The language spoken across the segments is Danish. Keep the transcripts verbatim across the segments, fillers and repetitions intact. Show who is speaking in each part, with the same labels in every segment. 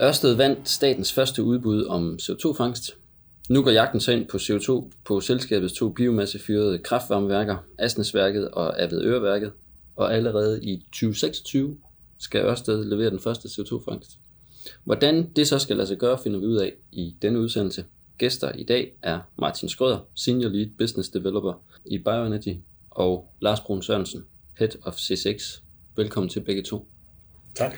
Speaker 1: Ørsted vandt statens første udbud om C O to fangst. Nu går jagten så ind på C O to på selskabets to biomassefyrede kraftvarmeværker, Asnæsværket og Avedøreværket, og allerede i tyve seksogtyve skal Ørsted levere den første C O to fangst. Hvordan det så skal lade sig gøre, finder vi ud af i denne udsendelse. Gæster i dag er Martin Schrøder, Senior Lead Business Developer i Bioenergy, og Lars Brun Sørensen, Head of C seks. Velkommen til begge to.
Speaker 2: Tak.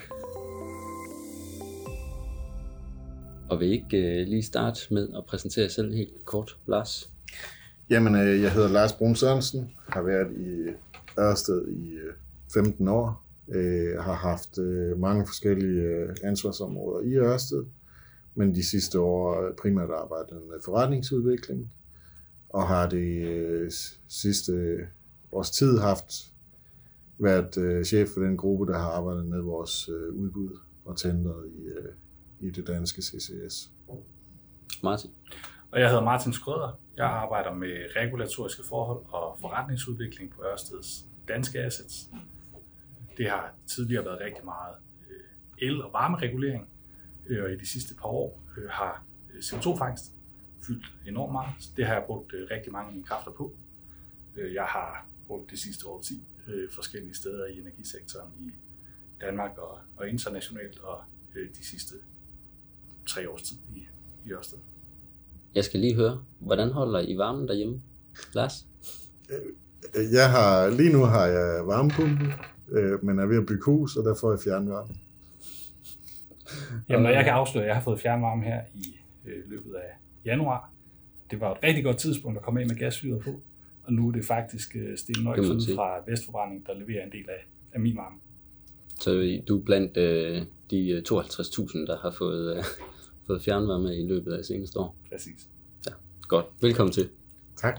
Speaker 1: Og vil I ikke uh, lige starte med at præsentere jer selv helt kort, Lars?
Speaker 2: Jamen, øh, jeg hedder Lars Brun Sørensen, har været i Ørsted i øh, femten år, øh, har haft øh, mange forskellige øh, ansvarsområder i Ørsted, men de sidste år primært arbejdet med forretningsudvikling, og har det øh, sidste års tid haft været øh, chef for den gruppe, der har arbejdet med vores øh, udbud og tender i, øh, i det danske C C S.
Speaker 1: Martin?
Speaker 3: Og jeg hedder Martin Schrøder. Jeg arbejder med regulatoriske forhold og forretningsudvikling på Ørsteds danske assets. Det har tidligere været rigtig meget el- og varmeregulering, og i de sidste par år har C O to fangst fyldt enormt meget. Det har jeg brugt rigtig mange af mine kræfter på. Jeg har brugt det sidste år ti forskellige steder i energisektoren i Danmark og, og internationalt, og de sidste tre års tid i, i Ørsted.
Speaker 1: Jeg skal lige høre, hvordan holder I varmen derhjemme? Lars?
Speaker 2: Jeg har, lige nu har jeg varmepumpe, øh, men er ved at bygge hus, og der får jeg fjernvarme.
Speaker 3: Jamen, jeg kan afsløre, at jeg har fået fjernvarme her i øh, løbet af januar. Det var et rigtig godt tidspunkt at komme af med gasfyret på, og nu er det faktisk øh, Stine Nøjs ude fra Vestforbrænding, der leverer en del af, af min varme.
Speaker 1: Så du er blandt øh, de tooghalvtreds tusind, der har fået, øh, fået fjernvarme i løbet af seneste år?
Speaker 3: Præcis.
Speaker 1: Ja, godt. Velkommen til.
Speaker 2: Tak.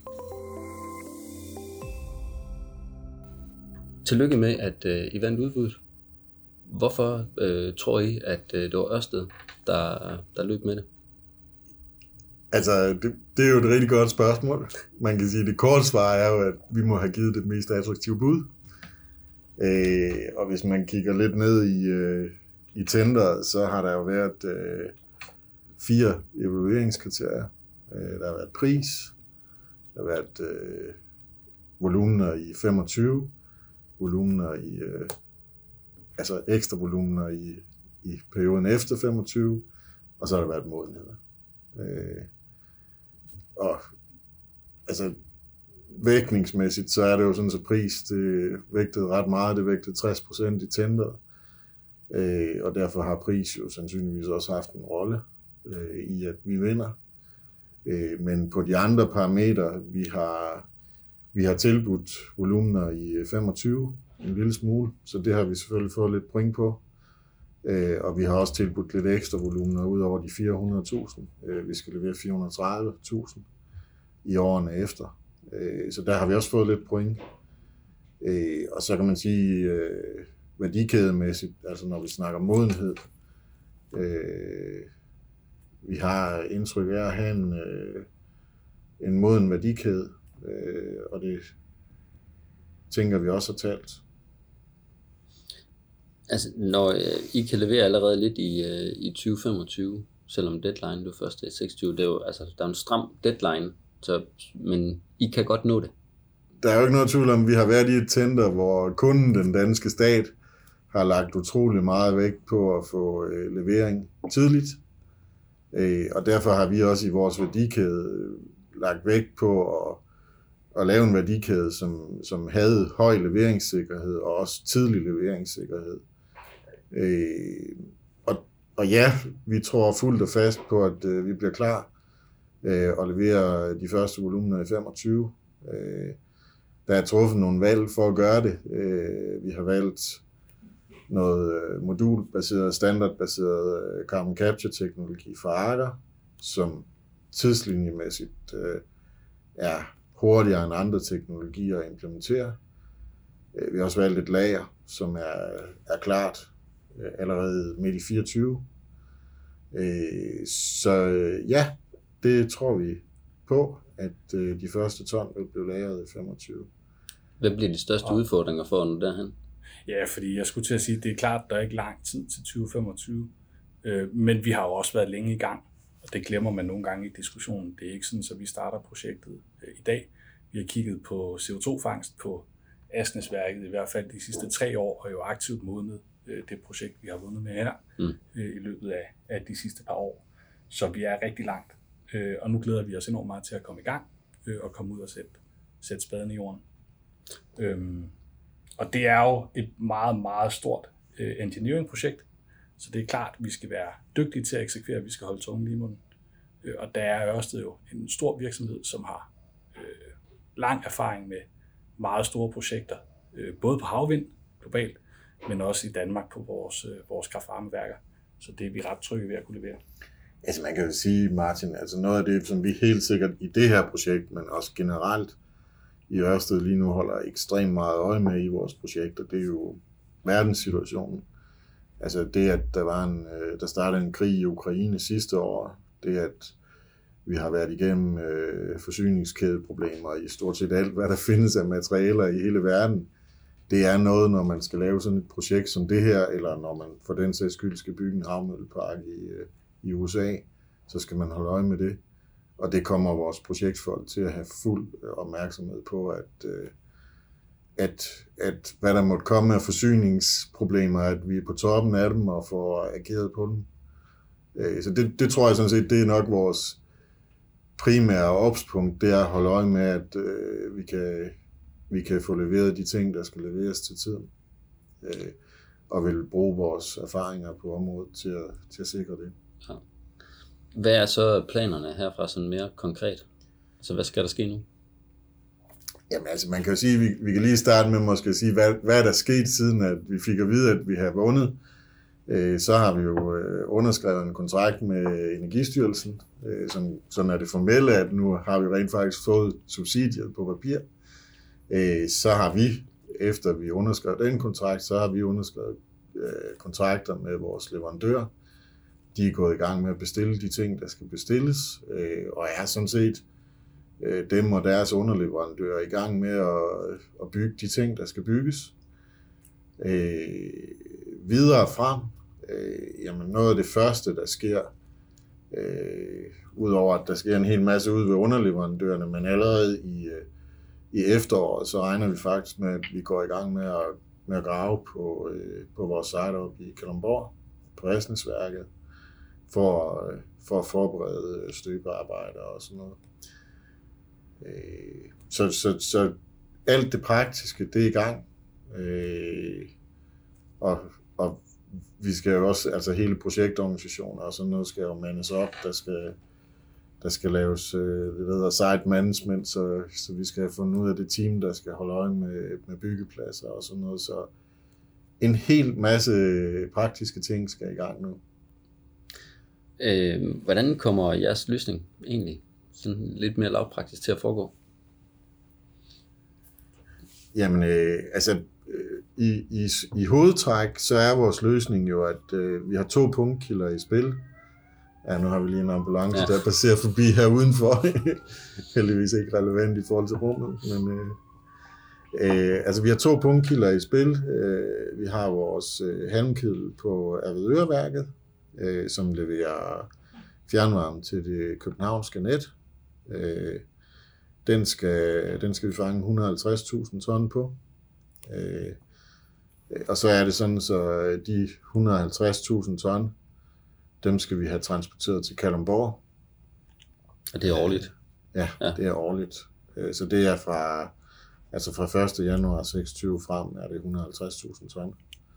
Speaker 1: Tillykke med, at øh, I vandt udbuddet. Hvorfor øh, tror I, at øh, det var Ørsted, der, der løb med det?
Speaker 2: Altså, det, det er jo et rigtig godt spørgsmål. Man kan sige, at det korte svar er jo, at vi må have givet det mest attraktive bud. Øh, og hvis man kigger lidt ned i, øh, i tender, så har der jo været øh, fire evalueringskriterier. Øh, der har været pris, der har været øh, volumener i femogtyve, volumener i, øh, altså ekstra volumener i, i perioden efter femogtyve, og så har der været modenheder. Øh, og altså vægtningsmæssigt, så er det jo sådan, så pris, det vægtede ret meget, det vægtede tres procent i tender, øh, og derfor har pris jo sandsynligvis også haft en rolle øh, i, at vi vinder. Øh, men på de andre parametre, vi har, vi har tilbudt volumener i femogtyve, en lille smule, så det har vi selvfølgelig fået lidt point på. Øh, og vi har også tilbudt lidt ekstra volumener ud over de fire hundrede tusind. Øh, vi skal levere fire hundrede og tredive tusind i årene efter. Øh, så der har vi også fået lidt point. Øh, og så kan man sige, øh, værdikædemæssigt, altså når vi snakker modenhed, øh, vi har indtryk af at have en, øh, en moden værdikæde, øh, og det tænker vi også har talt.
Speaker 1: Altså, når øh, I kan levere allerede lidt i, øh, i tyve femogtyve, selvom deadline du først er seksogtyve, det er jo, altså, der er en stram deadline, så, men I kan godt nå det.
Speaker 2: Der er jo ikke noget tvivl om, vi har været i et tender, hvor kunden, den danske stat, har lagt utrolig meget vægt på at få øh, levering tidligt. Øh, og derfor har vi også i vores værdikæde lagt vægt på at, at lave en værdikæde, som, som havde høj leveringssikkerhed og også tidlig leveringssikkerhed. Øh, og, og ja, vi tror fuldt og fast på, at øh, vi bliver klar øh, og leverer de første volumener i femogtyve. Øh, der er truffet nogle valg for at gøre det. Øh, vi har valgt noget modulbaseret, standardbaseret carbon capture teknologi fra Aker, som tidslinjemæssigt øh, er hurtigere end andre teknologier at implementere. Vi har også valgt et lager, som er, er klart øh, allerede midt i fireogtyve. Øh, så ja, det tror vi på, at øh, de første ton vil blive lagret i femogtyve.
Speaker 1: Hvad bliver de største og... udfordringer for at nå derhen?
Speaker 3: Ja, fordi jeg skulle til at sige, at det er klart, at der er ikke lang tid til tyve femogtyve. Øh, men vi har jo også været længe i gang, og det glemmer man nogle gange i diskussionen. Det er ikke sådan, at vi starter projektet øh, i dag. Vi har kigget på C O to fangst på Asnæsværket i hvert fald de sidste tre år, og jo aktivt modnet øh, det projekt, vi har vundet med her mm. øh, i løbet af, af de sidste par år. Så vi er rigtig langt, øh, og nu glæder vi os enormt meget til at komme i gang øh, og komme ud og sætte, sætte spaden i jorden. Øhm, og det er jo et meget, meget stort øh, engineering-projekt, så det er klart, at vi skal være dygtige til at eksekvere, vi skal holde tungen lige i munden. Øh, og der er Ørsted jo en stor virksomhed, som har øh, lang erfaring med meget store projekter, øh, både på havvind globalt, men også i Danmark på vores, øh, vores kraftvarmeværker. Så det er vi ret trygge ved at kunne levere.
Speaker 2: Altså man kan jo sige, Martin, altså noget af det, som vi helt sikkert i det her projekt, men også generelt i Ørsted lige nu holder ekstremt meget øje med i vores projekter, det er jo verdenssituationen. Altså det, at der, var en, der startede en krig i Ukraine sidste år, det at vi har været igennem øh, forsyningskædeproblemer i stort set alt, hvad der findes af materialer i hele verden, det er noget, når man skal lave sådan et projekt som det her, eller når man for den sags skyld skal bygge en havmøllepark i, øh, i U S A, så skal man holde øje med det. Og det kommer vores projektfolk til at have fuld opmærksomhed på, at, øh, at, at hvad der måtte komme af forsyningsproblemer, at vi er på toppen af dem og får ageret på dem. Øh, så det, det tror jeg sådan set, det er nok vores primære opspunkt, det er at holde øje med, at øh, vi, kan, vi kan få leveret de ting, der skal leveres til tiden. Øh, og vil bruge vores erfaringer på området til at, til at sikre det.
Speaker 1: Ja. Hvad er så planerne herfra sådan mere konkret? Altså hvad skal der ske nu?
Speaker 2: Jamen altså man kan jo sige, vi, vi kan lige starte med måske at sige, hvad, hvad er der sket siden, at vi fik at vide, at vi har vundet. Øh, så har vi jo øh, underskrevet en kontrakt med Energistyrelsen, øh, som, sådan er det formelle, at nu har vi rent faktisk fået subsidier på papir. Øh, så har vi, efter vi underskrev den kontrakt, så har vi underskrevet øh, kontrakter med vores leverandør. De er gået i gang med at bestille de ting, der skal bestilles, øh, og er sådan set øh, dem og deres underleverandører i gang med at, at bygge de ting, der skal bygges. Øh, videre frem, øh, jamen noget af det første, der sker, øh, udover at der sker en hel masse ude ved underleverandørerne, men allerede i, øh, i efteråret, så regner vi faktisk med, at vi går i gang med at, med at grave på, øh, på vores site oppe i Kalundborg, på Asnæsværket, for, øh, for at forberede støbearbejder og sådan noget. Øh, så, så, så alt det praktiske, det er i gang. Øh, og, og vi skal jo også, altså hele projektorganisationer og sådan noget skal jo mandes op, der skal, der skal laves øh, det hedder site management, så, så vi skal have fundet ud af det team, der skal holde øje med, med byggepladser og sådan noget, så en hel masse praktiske ting skal i gang nu.
Speaker 1: Øh, hvordan kommer jeres løsning egentlig sådan lidt mere lavpraktisk til at foregå?
Speaker 2: Jamen, øh, altså I, i, i hovedtræk, så er vores løsning jo, at øh, vi har to punktkilder i spil. Ja, nu har vi lige en ambulance, ja. Der passerer forbi her udenfor. Heldigvis ikke relevant i forhold til rummet. Men, øh, øh, altså, vi har to punktkilder i spil. Øh, vi har vores øh, halmkedel på Avedøreværket, øh, som leverer fjernvarme til det københavnske net. Øh, den, skal, den skal vi fange et hundrede og halvtreds tusind ton på. Øh, og så er det sådan, så de et hundrede og halvtreds tusind ton, dem skal vi have transporteret til Kalundborg.
Speaker 1: Og det er årligt?
Speaker 2: Ja, ja, det er årligt. Så det er fra, altså fra første januar seksogtyve frem, er det et hundrede og halvtreds tusind ton.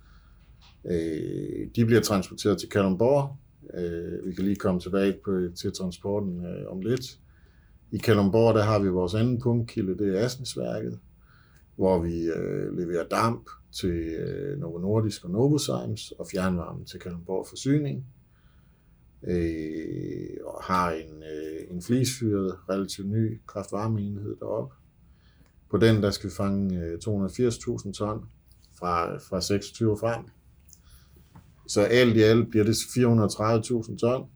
Speaker 2: De bliver transporteret til Kalundborg. Vi kan lige komme tilbage på, til transporten om lidt. I Kalundborg, der har vi vores anden punktkilde, det er Asnæsværket, hvor vi øh, leverer damp til øh, Novo Nordisk og Novozymes og fjernvarme til Kalundborg Forsyning. Øh, og har en, øh, en flisfyret, relativt ny kraftvarmeenhed deroppe. På den, der skal vi fange øh, to hundrede og firs tusind ton fra, fra seksogtyve frem. Så alt i alt bliver det fire hundrede og tredive tusind ton.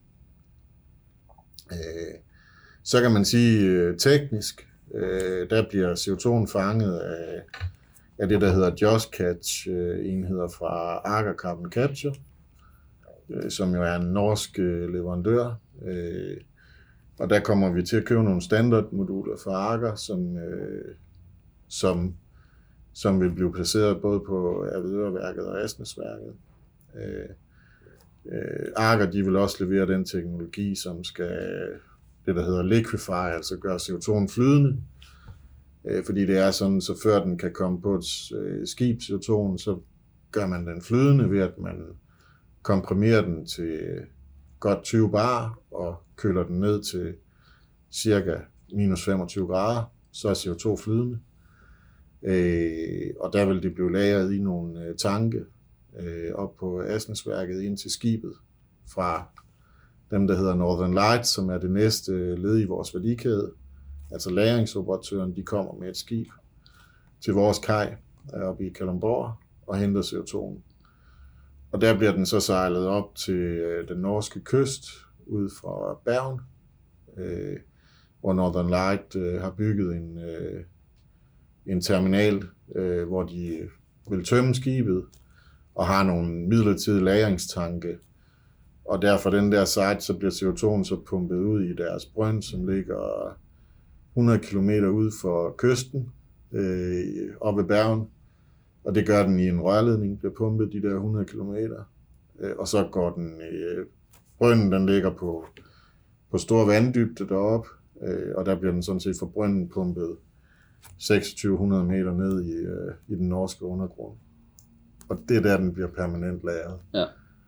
Speaker 2: Øh, så kan man sige øh, teknisk, Øh, der bliver C O to'en fanget af, af det, der hedder Just Catch øh, enheder fra Aker Carbon Capture. øh, som jo er en norsk øh, leverandør. Øh, og der kommer vi til at købe nogle standardmoduler fra Aker, som, øh, som, som vil blive placeret både på Avedøreværket og Asnæsværket. Øh, øh, Aker, de vil også levere den teknologi, som skal det, der hedder liquefy, altså gøre C O to flydende. Øh, fordi det er sådan, så før den kan komme på et øh, skib, C O to, så gør man den flydende ved, at man komprimerer den til godt tyve bar og køler den ned til cirka minus femogtyve grader, så er C O to flydende. Øh, og der vil det blive lagret i nogle øh, tanke øh, op på Asnæsværket ind til skibet fra dem, der hedder Northern Lights, som er det næste led i vores værdikæde. Altså lagringsoperatøren, de kommer med et skib til vores kaj oppe i Kalundborg og henter C O to. Og der bliver den så sejlet op til øh, den norske kyst ud fra Bergen, øh, hvor Northern Light øh, har bygget en, øh, en terminal, øh, hvor de vil tømme skibet og har nogle midlertidige lagringstanke. Og derfor den der site, så bliver C O to så pumpet ud i deres brønd, som ligger hundrede kilometer ud for kysten, øh, oppe ved Bergen. Og det gør den i en rørledning, bliver pumpet de der hundrede kilometer. Øh, og så går den i øh, brønden, den ligger på, på stor vanddybde deroppe, øh, og der bliver den sådan set fra brønden pumpet seksogtyve hundrede meter ned i, øh, i den norske undergrund. Og det er der, den bliver permanent lagret.
Speaker 1: Ja.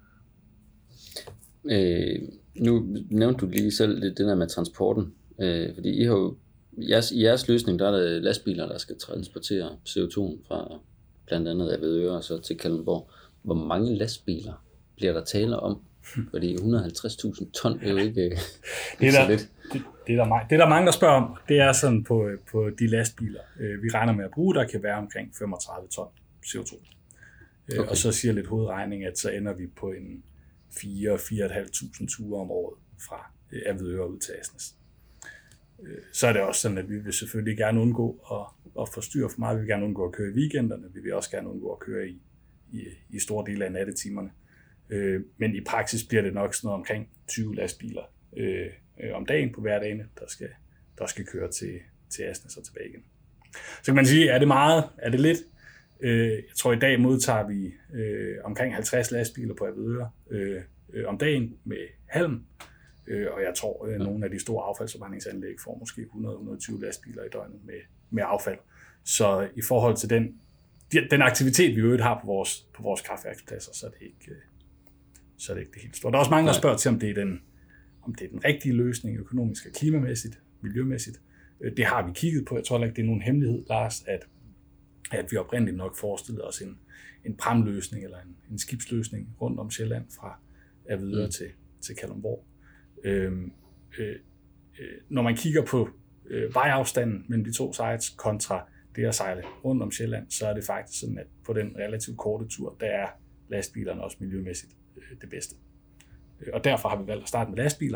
Speaker 1: Øh, nu nævnte du lige selv lidt det der med transporten, øh, fordi I har jo, i jeres, i jeres løsning, der er der lastbiler, der skal transportere C O to fra blandt andet Avedøre og så til Kalundborg. Hvor mange lastbiler bliver der tale om? Fordi et hundrede og halvtreds tusind ton er jo ikke, ikke
Speaker 3: det er
Speaker 1: så
Speaker 3: der,
Speaker 1: lidt.
Speaker 3: Det, det, er der, det er der mange, der spørger om. Det er sådan på, på de lastbiler, vi regner med at bruge, der kan være omkring femogtredive ton C O to. Okay. Og så siger lidt hovedregning, at så ender vi på en fire til fire tusind fem hundrede ture om året fra Avedøre ud til Asnæs. Så er det også sådan, at vi vil selvfølgelig gerne undgå at, at forstyrre for meget. Vi vil gerne undgå at køre i weekenderne. Vi vil også gerne undgå at køre i, i, i store dele af nattetimerne. Men i praksis bliver det nok sådan noget omkring tyve lastbiler øh, om dagen på hverdagene, der skal, der skal køre til, til Asnæs og tilbage igen. Så kan man sige, er det meget? Er det lidt? Jeg tror, i dag modtager vi øh, omkring halvtreds lastbiler på Avedøre øh, øh, om dagen med halm. Øh, og jeg tror, at nogle af de store affaldsforbrændingsanlæg får måske hundrede til hundrede og tyve lastbiler i døgnet med, med affald. Så i forhold til den, den aktivitet, vi øvrigt har på vores, på vores kraftværkspladser, så er det ikke, så er det, ikke det helt store. Der er også mange, der spørger til, om det, er den, om det er den rigtige løsning økonomisk og klimamæssigt, miljømæssigt. Det har vi kigget på. Jeg tror ikke, det er nogen hemmelighed, Lars, at at vi oprindeligt nok forestillede os en, en pramløsning eller en, en skibsløsning rundt om Sjælland fra Avedøre mm. til, til Kalundborg. Øhm, øh, øh, når man kigger på øh, vejafstanden mellem de to sites kontra det at sejle rundt om Sjælland, så er det faktisk sådan, at på den relativt korte tur, der er lastbilerne også miljømæssigt øh, det bedste. Og derfor har vi valgt at starte med lastbiler,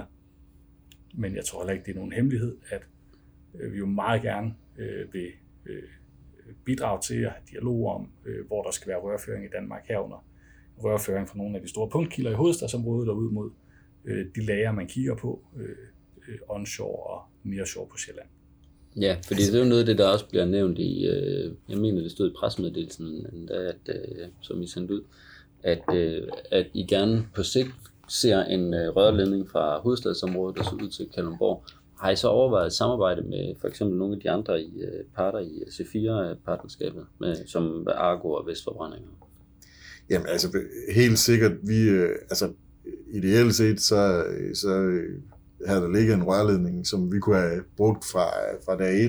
Speaker 3: men jeg tror heller ikke, det er nogen hemmelighed, at øh, vi jo meget gerne øh, vil øh, bidrage til at have dialog om, øh, hvor der skal være rørføring i Danmark herunder. Rørføring fra nogle af de store punktkilder i hovedstadsområdet og ud mod øh, de lager, man kigger på, øh, øh, onshore og nearshore på Sjælland.
Speaker 1: Ja, fordi det er jo noget af det, der også bliver nævnt i, øh, jeg mener, det stod i pressemeddelelsen, at, øh, som I sendte ud, at, øh, at I gerne på sigt ser en øh, rørledning fra hovedstadsområdet og så ud til Kalundborg. Har I så overvejet et samarbejde med for eksempel nogle af de andre i, uh, parter i C fire-partnerskabet, med, som Argo og Vestforbrændinger?
Speaker 2: Jamen altså, helt sikkert, vi, altså ideelt set, så, så havde der ligget en rørledning, som vi kunne have brugt fra, fra dag et.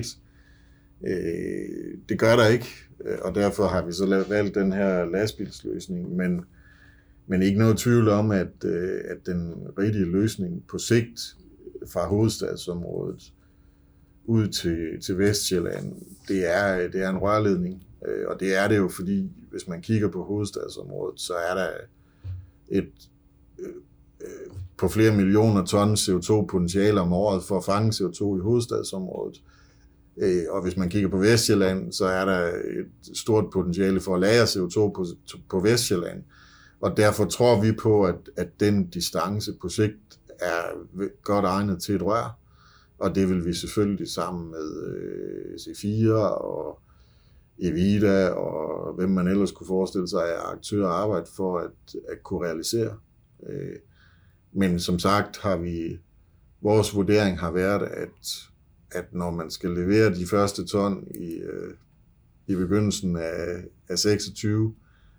Speaker 2: Det gør der ikke, og derfor har vi så valgt den her lastbilsløsning, men, men ikke noget tvivl om, at, at den rigtige løsning på sigt fra hovedstadsområdet ud til, til Vestsjælland, det er, det er en rørledning. Og det er det jo, fordi hvis man kigger på hovedstadsområdet, så er der et øh, på flere millioner ton C O to potentiale om året for at fange C O to i hovedstadsområdet. Øh, og hvis man kigger på Vestsjælland, så er der et stort potentiale for at lagre C O to på, på Vestsjælland. Og derfor tror vi på, at, at den distance på sigt er godt egnet til et rør, og det vil vi selvfølgelig sammen med øh, C fire og Evida og hvem man ellers kunne forestille sig af aktører arbejde for at, at kunne realisere. Øh, men som sagt har vi, vores vurdering har været, at, at når man skal levere de første ton i, øh, i begyndelsen af, af seksogtyve,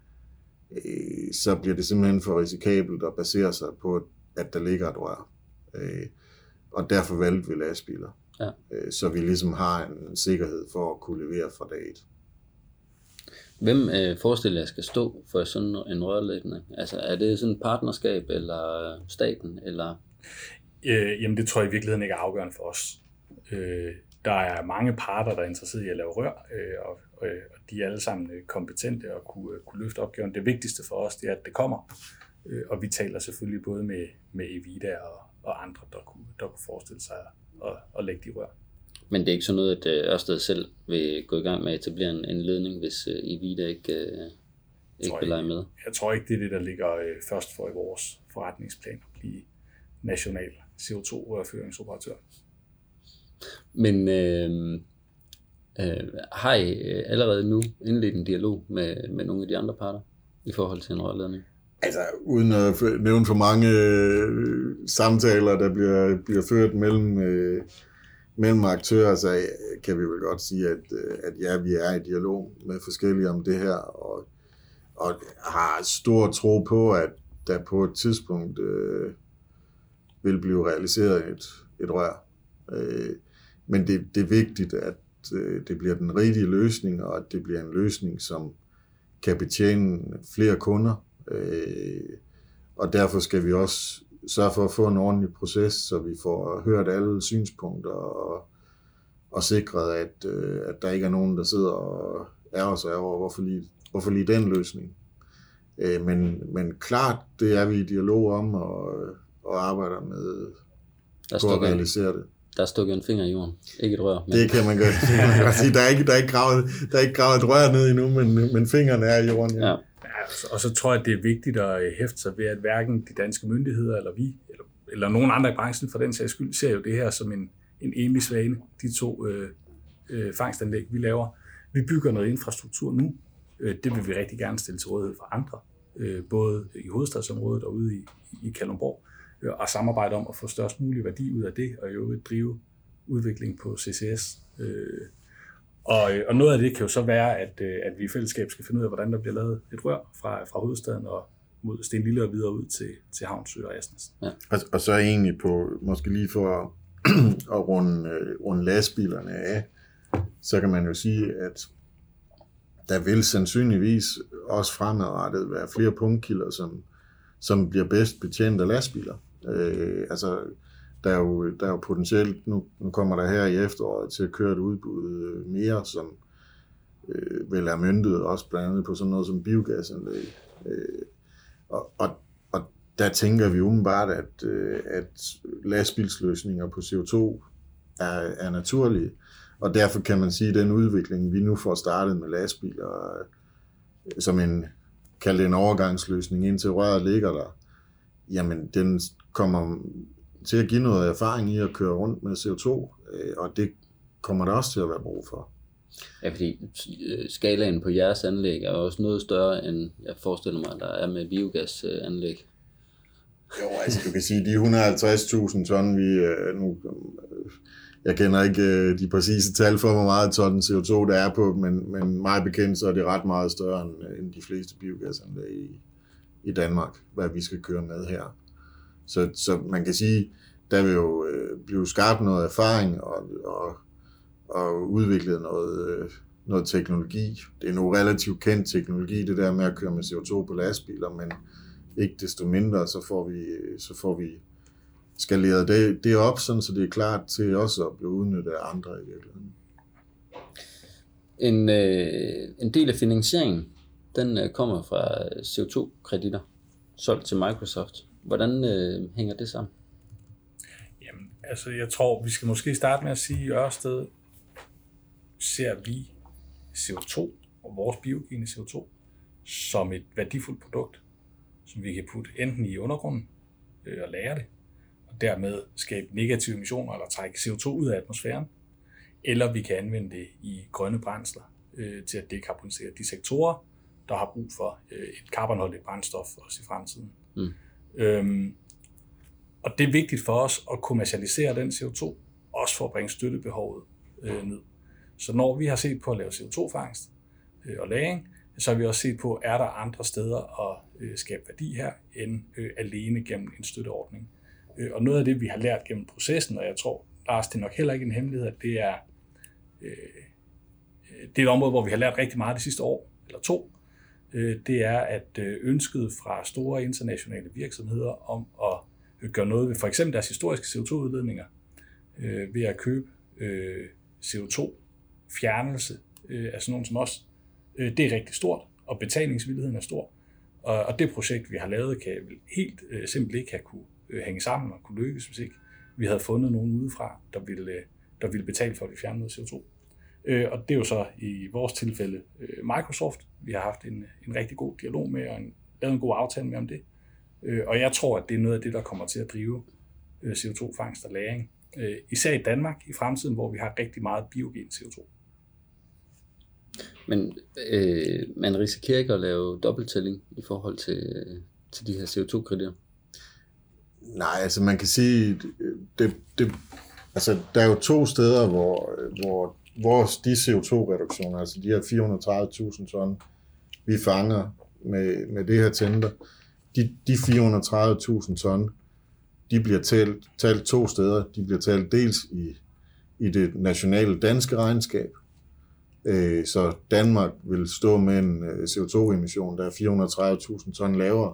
Speaker 2: øh, så bliver det simpelthen for risikabelt at basere sig på, at der ligger et rør. Øh, og derfor valgte vi lastbiler. Ja. Øh, så vi ligesom har en sikkerhed for at kunne levere fra dag et.
Speaker 1: Hvem øh, forestiller jeg skal stå for sådan en rørlægning? Altså er det sådan et partnerskab, eller staten, eller?
Speaker 3: Øh, jamen det tror jeg i virkeligheden ikke er afgørende for os. Øh, der er mange parter, der er interesseret i at lave rør, øh, og, og, og de er alle sammen kompetente og kunne, kunne løfte opgaven. Det vigtigste for os, det er, at det kommer. Øh, og vi taler selvfølgelig både med, med Evida og, og andre, der kunne, der kunne forestille sig at, at lægge de rør.
Speaker 1: Men det er ikke sådan noget, at Ørsted selv vil gå i gang med at etablere en, en ledning, hvis uh, Evida ikke, uh, ikke vil lege med?
Speaker 3: Jeg tror ikke, det er det, der ligger uh, først for i vores forretningsplan at blive national C O to rørføringsoperatør.
Speaker 1: Men øh, øh, har I allerede nu indledt en dialog med, med nogle af de andre parter i forhold til en rørledning?
Speaker 2: Altså, uden at nævne for mange øh, samtaler, der bliver, bliver ført mellem... Øh, mellem aktører, så kan vi vel godt sige, at, at ja, vi er i dialog med forskellige om det her, og, og har stor tro på, at der på et tidspunkt øh, vil blive realiseret et, et rør. Øh, men det, det er vigtigt, at øh, det bliver den rigtige løsning, og at det bliver en løsning, som kan betjene flere kunder. Øh, og derfor skal vi også sørge for at få en ordentlig proces, så vi får hørt alle synspunkter og, og sikret, at, øh, at der ikke er nogen, der sidder og ærger sig over, hvorfor lige, hvorfor lige den løsning. Øh, men, men klart, det er vi i dialog om og, og arbejder med på at realisere det.
Speaker 1: Der er stukket en finger i jorden, ikke et rør.
Speaker 2: Men... Det kan man godt, det kan man godt sige. Der er ikke, der er ikke, gravet, der er ikke gravet et rør ned endnu, men, men fingrene er i jorden. Ja.
Speaker 1: Ja.
Speaker 3: Ja, og så tror jeg, at det er vigtigt at hæfte sig ved, at hverken de danske myndigheder eller vi, eller, eller nogen andre i branchen for den sags skyld, ser jo det her som en, en enlig svane, de to øh, øh, fangstanlæg, vi laver. Vi bygger noget infrastruktur nu. Øh, det vil vi rigtig gerne stille til rådighed for andre, øh, både i hovedstadsområdet og ude i, i Kalundborg, øh, og samarbejde om at få størst mulig værdi ud af det, og jo drive udvikling på C C S. Øh, Og, og noget af det kan jo så være, at, at vi i fællesskab skal finde ud af, hvordan der bliver lavet et rør fra, fra hovedstaden og mod Stenlille og videre ud til, til Havnsø og Asnæs.
Speaker 2: Ja. Og, og så egentlig på, måske lige for at runde, runde lastbilerne af, så kan man jo sige, at der vil sandsynligvis også fremadrettet være flere punktkilder, som, som bliver bedst betjent af lastbiler. Øh, altså, Der er, jo, der er jo potentielt, nu, nu kommer der her i efteråret til at køre et udbud mere, som øh, vil er møntet også blandt andet på sådan noget som biogasanlæg. Øh, og, og, og der tænker vi umiddelbart, at, øh, at lastbilsløsninger på C O to er, er naturlige, og derfor kan man sige, at den udvikling, vi nu får startet med lastbiler, øh, som en, kaldt en overgangsløsning indtil røret ligger der, jamen den kommer til at give noget erfaring i at køre rundt med C O to, og det kommer der også til at være brug for.
Speaker 1: Ja, fordi skalaen på jeres anlæg er også noget større, end jeg forestiller mig, der er med biogasanlæg.
Speaker 2: Jo, altså du kan sige, de et hundrede og halvtreds tusind ton, vi nu, jeg kender ikke de præcise tal for, hvor meget ton C O to der er på, men, men meget bekendt, så er det ret meget større end, end de fleste biogasanlæg i, i Danmark, hvad vi skal køre med her. Så, så man kan sige, der vil jo øh, blive skabt noget erfaring og, og, og udviklet noget, øh, noget teknologi. Det er nu relativt kendt teknologi, det der med at køre med C O to på lastbiler, men ikke desto mindre, så får vi, så får vi skaleret det, det op, sådan, så det er klart til også at blive udnyttet af andre i virkeligheden.
Speaker 1: En, øh, en del af finansieringen, den øh, kommer fra C O to kreditter, solgt til Microsoft. Hvordan øh, hænger det sammen?
Speaker 3: Jamen, altså jeg tror, vi skal måske starte med at sige, at i Ørsted ser vi C O to og vores biogene C O to som et værdifuldt produkt. som vi kan putte enten i undergrunden øh, og lagre det, og dermed skabe negative emissioner eller trække C O to ud af atmosfæren, eller vi kan anvende det i grønne brændsler øh, til at dekarbonisere de sektorer, der har brug for øh, et karbonholdigt brændstof også i fremtiden. Mm. Øhm, og det er vigtigt for os at kommercialisere den C O to, også for at bringe støttebehovet øh, ned. Så når vi har set på at lave C O to fangst øh, og lagring, så har vi også set på, er der andre steder at øh, skabe værdi her, end øh, alene gennem en støtteordning. Øh, og noget af det, vi har lært gennem processen, og jeg tror, Lars, det er nok heller ikke en hemmelighed, at det er, øh, det er et område, hvor vi har lært rigtig meget de sidste år, eller to, øh, det er, at øh, ønsket fra store internationale virksomheder om at øh, gøre noget ved for eksempel deres historiske C O to udledninger, øh, ved at købe øh, C O to fjernelse øh, af sådan nogen som os, øh, det er rigtig stort, og betalingsvilligheden er stor. Og, og det projekt, vi har lavet, kan helt øh, simpelthen ikke have kunne øh, hænge sammen og kunne lykkes, hvis ikke vi havde fundet nogen udefra, der ville, øh, der ville betale for, at vi fjernede noget C O to. Øh, og det er jo så i vores tilfælde øh, Microsoft. Vi har haft en, en rigtig god dialog med, og en, lavet en god aftale med om det. Øh, og jeg tror, at det er noget af det, der kommer til at drive øh, C O to fangst og lagring. Øh, især i Danmark i fremtiden, hvor vi har rigtig meget biogen C O to.
Speaker 1: Men øh, man risikerer ikke at lave dobbelttælling i forhold til, til de her C O to kriterier?
Speaker 2: Nej, altså man kan sige, det, det, altså der er jo to steder, hvor, hvor, hvor de C O to reduktioner, altså de her fire hundrede og tredive tusind ton, vi fanger med, med det her center, de, de fire hundrede og tredive tusind ton, de bliver talt, talt to steder. De bliver talt dels i, i det nationale danske regnskab, øh, så Danmark vil stå med en C O to emission, der er fire hundrede og tredive tusind ton lavere.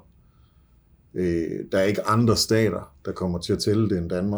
Speaker 2: Øh, der er ikke andre stater, der kommer til at tælle det end Danmark.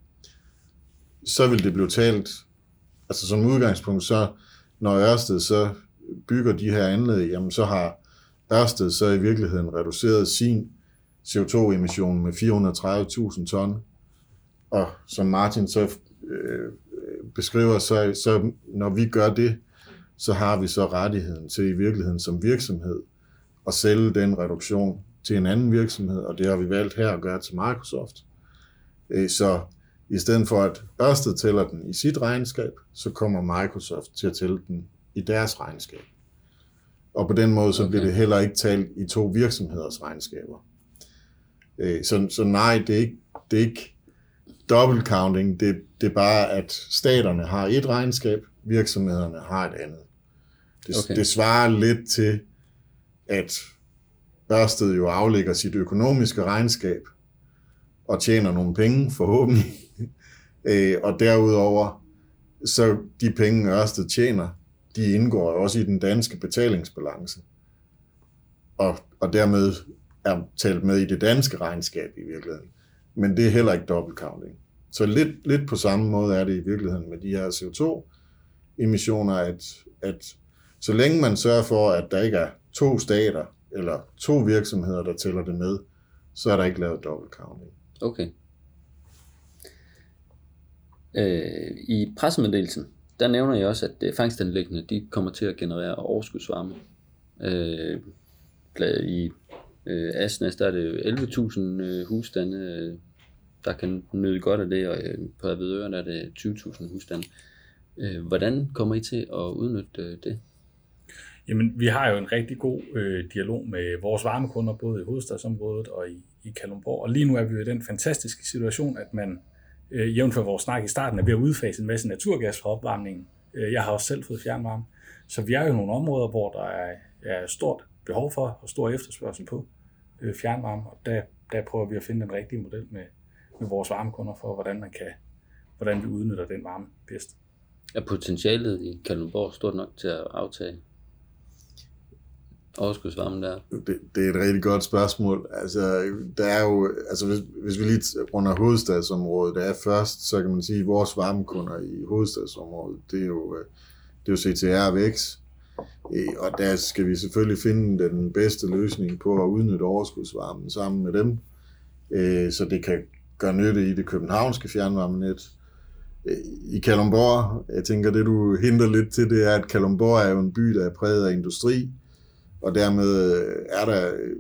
Speaker 2: Så vil det blive talt, altså som udgangspunkt, så når Ørsted så bygger de her anlæg, jamen så har Ørsted så i virkeligheden reduceret sin C O to emission med fire hundrede og tredive tusind ton. Og som Martin så øh, beskriver, så, så når vi gør det, så har vi så rettigheden til i virkeligheden som virksomhed at sælge den reduktion til en anden virksomhed, og det har vi valgt her at gøre til Microsoft. Så i stedet for at Ørsted tæller den i sit regnskab, så kommer Microsoft til at tælle den i deres regnskab. Og på den måde så bliver det heller ikke talt i to virksomheders regnskaber. Så, så nej, det er ikke, det er ikke double counting, det, det er bare, at staterne har et regnskab, virksomhederne har et andet. Det, okay. Det svarer lidt til, at Ørsted jo aflægger sit økonomiske regnskab og tjener nogle penge, forhåbentlig. Og derudover, så de penge, Ørsted tjener, de indgår også i den danske betalingsbalance. Og, og dermed er talt med i det danske regnskab i virkeligheden. Men det er heller ikke double counting. Så lidt, lidt på samme måde er det i virkeligheden med de her C O to emissioner, at, at så længe man sørger for, at der ikke er to stater eller to virksomheder, der tæller det med, så er der ikke lavet double counting.
Speaker 1: Okay. Øh, I pressemeddelelsen, der nævner jeg også, at fangstanlæggene, de kommer til at generere overskudsvarme. Øh, I øh, Asnæs, der er det elleve tusind øh, husstande, øh, der kan nyde godt af det, og øh, på Avedøre, der er det tyve tusind husstande. Øh, hvordan kommer I til at udnytte øh, det?
Speaker 3: Jamen, vi har jo en rigtig god øh, dialog med vores varmekunder, både i hovedstadsområdet og i, i Kalundborg. Og lige nu er vi jo i den fantastiske situation, at man, øh, jævnfør vores snak i starten, er ved at udfase en masse naturgas fra opvarmningen. Jeg har også selv fået fjernvarme. Så vi er jo i nogle områder, hvor der er, er stort behov for og stor efterspørgsel på øh, fjernvarme. Og der, der prøver vi at finde den rigtige model med, med vores varmekunder for, hvordan, man kan, hvordan vi udnytter den varme bedst.
Speaker 1: Er potentialet i Kalundborg stort nok til at aftage overskudsvarmen der?
Speaker 2: Det, det er et rigtig godt spørgsmål. Altså, der er jo, altså hvis, hvis vi lige runder hovedstadsområdet, der er først, så kan man sige, at vores varmekunder i hovedstadsområdet, det er jo, det er jo C T R og V X. Og der skal vi selvfølgelig finde den bedste løsning på at udnytte overskudsvarmen sammen med dem, så det kan gøre nytte i det københavnske fjernvarmenet. I Kalundborg, jeg tænker, det du hinter lidt til, det er, at Kalundborg er jo en by, der er præget af industri, og dermed er der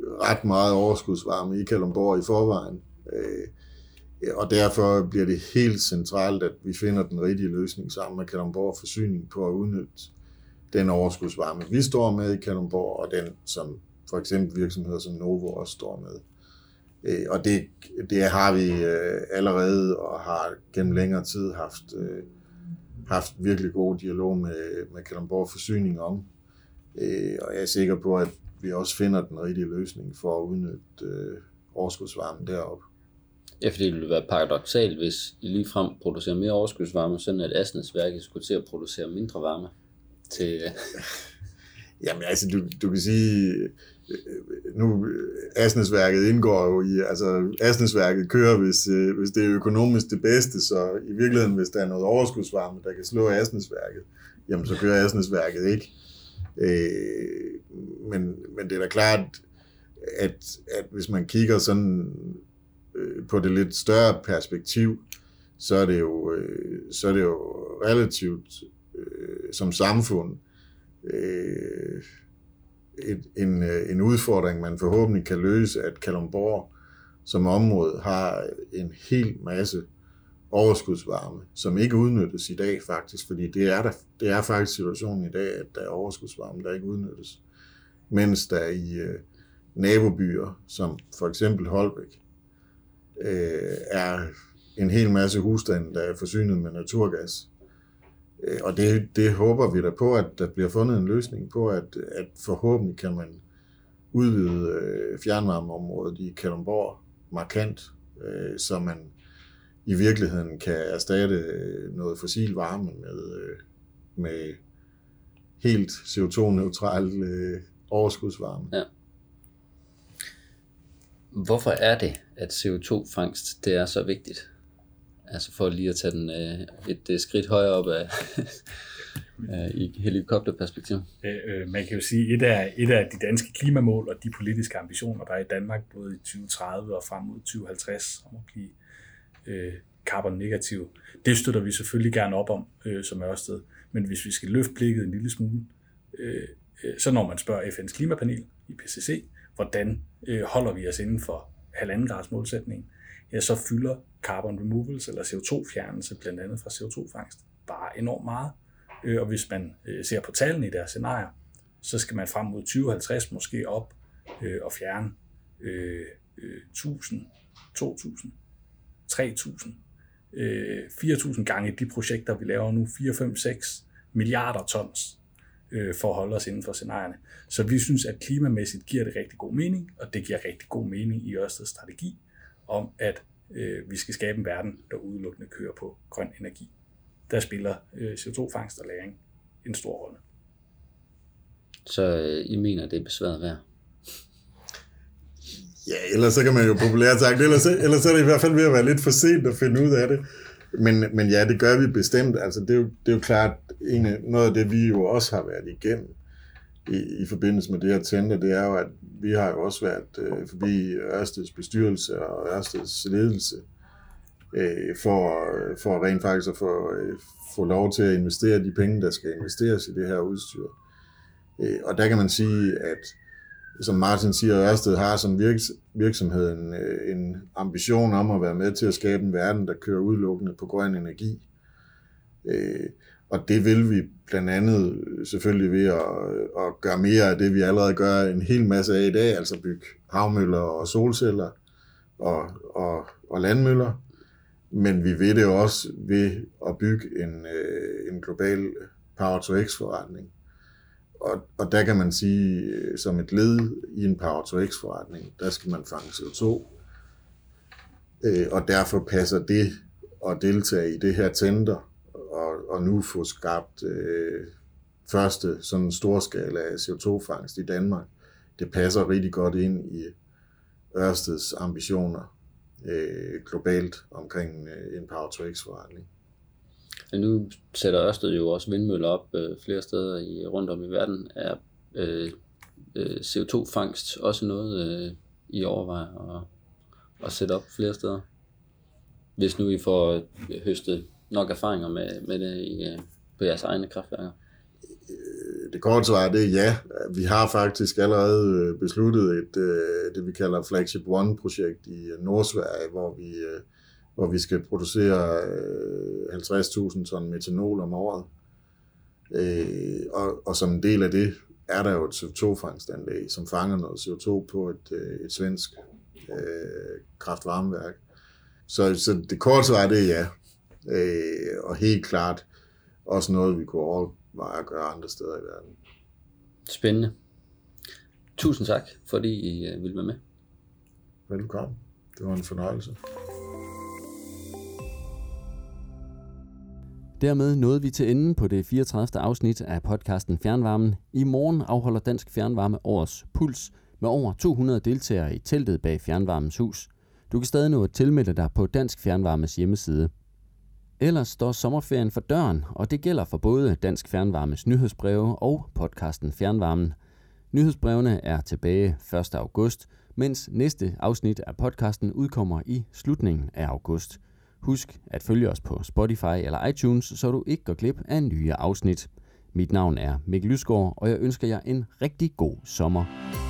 Speaker 2: ret meget overskudsvarme i Kalundborg i forvejen. Øh, og derfor bliver det helt centralt, at vi finder den rigtige løsning sammen med Kalundborg Forsyning på at udnytte den overskudsvarme, vi står med i Kalundborg, og den, som for eksempel virksomheder som Novo også står med. Øh, og det, det har vi øh, allerede og har gennem længere tid haft, øh, haft virkelig god dialog med, med Kalundborg Forsyning om. Øh, og jeg er sikker på, at vi også finder den rigtige løsning for at udnytte øh, overskudsvarmen deroppe.
Speaker 1: Ja, fordi det ville være paradoksalt, hvis I ligefrem producerer mere overskudsvarme, sådan at Asnæsværket skulle til at producere mindre varme til...
Speaker 2: Jamen altså, du, du kan sige, nu Asnæsværket indgår jo i, altså Asnæsværket kører, hvis, hvis det er økonomisk det bedste, så i virkeligheden, hvis der er noget overskudsvarme, der kan slå Asnæsværket, jamen så kører Asnæsværket ikke. Øh, men, men det er da klart, at, at hvis man kigger sådan øh, på det lidt større perspektiv, så er det jo, øh, så er det jo relativt øh, som samfund øh, et, en, en udfordring, man forhåbentlig kan løse, at Kalundborg som område har en hel masse overskudsvarme, som ikke udnyttes i dag faktisk, fordi det er, der, det er faktisk situationen i dag, at der er overskudsvarme, der ikke udnyttes. Mens der i øh, nabobyer, som for eksempel Holbæk, øh, er en hel masse husstande, der er forsynet med naturgas. Øh, og det, det håber vi da på, at der bliver fundet en løsning på, at, at forhåbentlig kan man udvide øh, fjernvarmeområdet i Kalundborg markant, øh, så man i virkeligheden kan erstatte noget fossil varme med, med helt C O to neutral øh, overskudsvarme.
Speaker 1: Ja. Hvorfor er det, at C O to fangst det er så vigtigt? Altså for lige at tage den øh, et, et skridt højere op af, i helikopterperspektiv.
Speaker 3: Øh, man kan jo sige, at et af, et af de danske klimamål og de politiske ambitioner, der er i Danmark både i tyve tredive og frem mod tyve halvtreds, om at blive øh, carbon negativ. Det støtter vi selvfølgelig gerne op om øh, som Ørsted. Men hvis vi skal løfte blikket en lille smule, øh, så når man spørger F N's klimapanel, I P C C, hvordan øh, holder vi os inden for halvanden grads målsætningen, ja, så fylder carbon removals eller C O to fjernelse, blandt andet fra C O to fangst, bare enormt meget. Øh, og hvis man øh, ser på tallene i deres scenarier, så skal man frem mod tyve halvtreds måske op øh, og fjerne øh, øh, tusind, to tusind, tre tusind, øh, fire tusind gange de projekter, vi laver nu, fire, fem, seks milliarder tons øh, for at holde os inden for scenarierne. Så vi synes, at klimamæssigt giver det rigtig god mening, og det giver rigtig god mening i Ørsteds strategi om, at øh, vi skal skabe en verden, der udelukkende kører på grøn energi. Der spiller øh, C O to fangst og lagring en stor rolle.
Speaker 1: Så øh, I mener, det er besværet værd?
Speaker 2: Ja, ellers så kan man jo populært sagt, ellers, ellers er det i hvert fald ved at være lidt for sent at finde ud af det. Men, men ja, det gør vi bestemt. Altså, det, er jo, det er jo klart, en af, noget af det, vi jo også har været igennem i, i forbindelse med det her tender, det er jo, at vi har jo også været øh, forbi Ørsteds bestyrelse og Ørsteds ledelse øh, for, for rent faktisk at få, øh, få lov til at investere de penge, der skal investeres i det her udstyr. Øh, og der kan man sige, at som Martin siger, Ørsted har som virks- virksomhed en, en ambition om at være med til at skabe en verden, der kører udelukkende på grøn energi. Øh, og det vil vi blandt andet selvfølgelig ved at, at gøre mere af det, vi allerede gør en hel masse af i dag, altså bygge havmøller og solceller og, og, og landmøller. Men vi ved det også ved at bygge en, en global Power-to-X-forretning. Og, og der kan man sige, som et led i en Power-to-X-forretning, der skal man fange C O to. Øh, og derfor passer det at deltage i det her tender, og, og nu få skabt øh, første sådan storskala af C O to fangst i Danmark. Det passer rigtig godt ind i Ørsteds ambitioner øh, globalt omkring øh, en Power-to-X-forretning.
Speaker 1: Nu sætter Ørsted jo også vindmøller op øh, flere steder i, rundt om i verden. Er øh, øh, C O to fangst også noget, øh, I overvejer at, at sætte op flere steder? Hvis nu I får høstet nok erfaringer med, med det i, øh, på jeres egne kraftværker?
Speaker 2: det korte svar det er ja. Vi har faktisk allerede besluttet et, det vi kalder Flagship One-projekt i Nordsverige, hvor vi, hvor vi skal producere halvtreds tusind ton metanol om året. Og, og som en del af det er der jo et C O to fangstanlæg, som fanger noget C O to på et, et svensk øh, kraftvarmeværk. Så, så det korte svar det er ja. Øh, og helt klart også noget, vi kunne overveje at gøre andre steder i verden.
Speaker 1: Spændende. Tusind tak, fordi I ville være med.
Speaker 2: Velkommen. Det var en fornøjelse.
Speaker 1: Dermed nåede vi til enden på det fireogtredivte afsnit af podcasten Fjernvarmen. I morgen afholder Dansk Fjernvarme årets Puls med over to hundrede deltagere i teltet bag Fjernvarmens hus. Du kan stadig nå at tilmelde dig på Dansk Fjernvarmes hjemmeside. Ellers står sommerferien for døren, og det gælder for både Dansk Fjernvarmes nyhedsbreve og podcasten Fjernvarmen. Nyhedsbrevene er tilbage første august, mens næste afsnit af podcasten udkommer i slutningen af august. Husk at følge os på Spotify eller iTunes, så du ikke går glip af nye afsnit. Mit navn er Mikkel Lysgaard, og jeg ønsker jer en rigtig god sommer.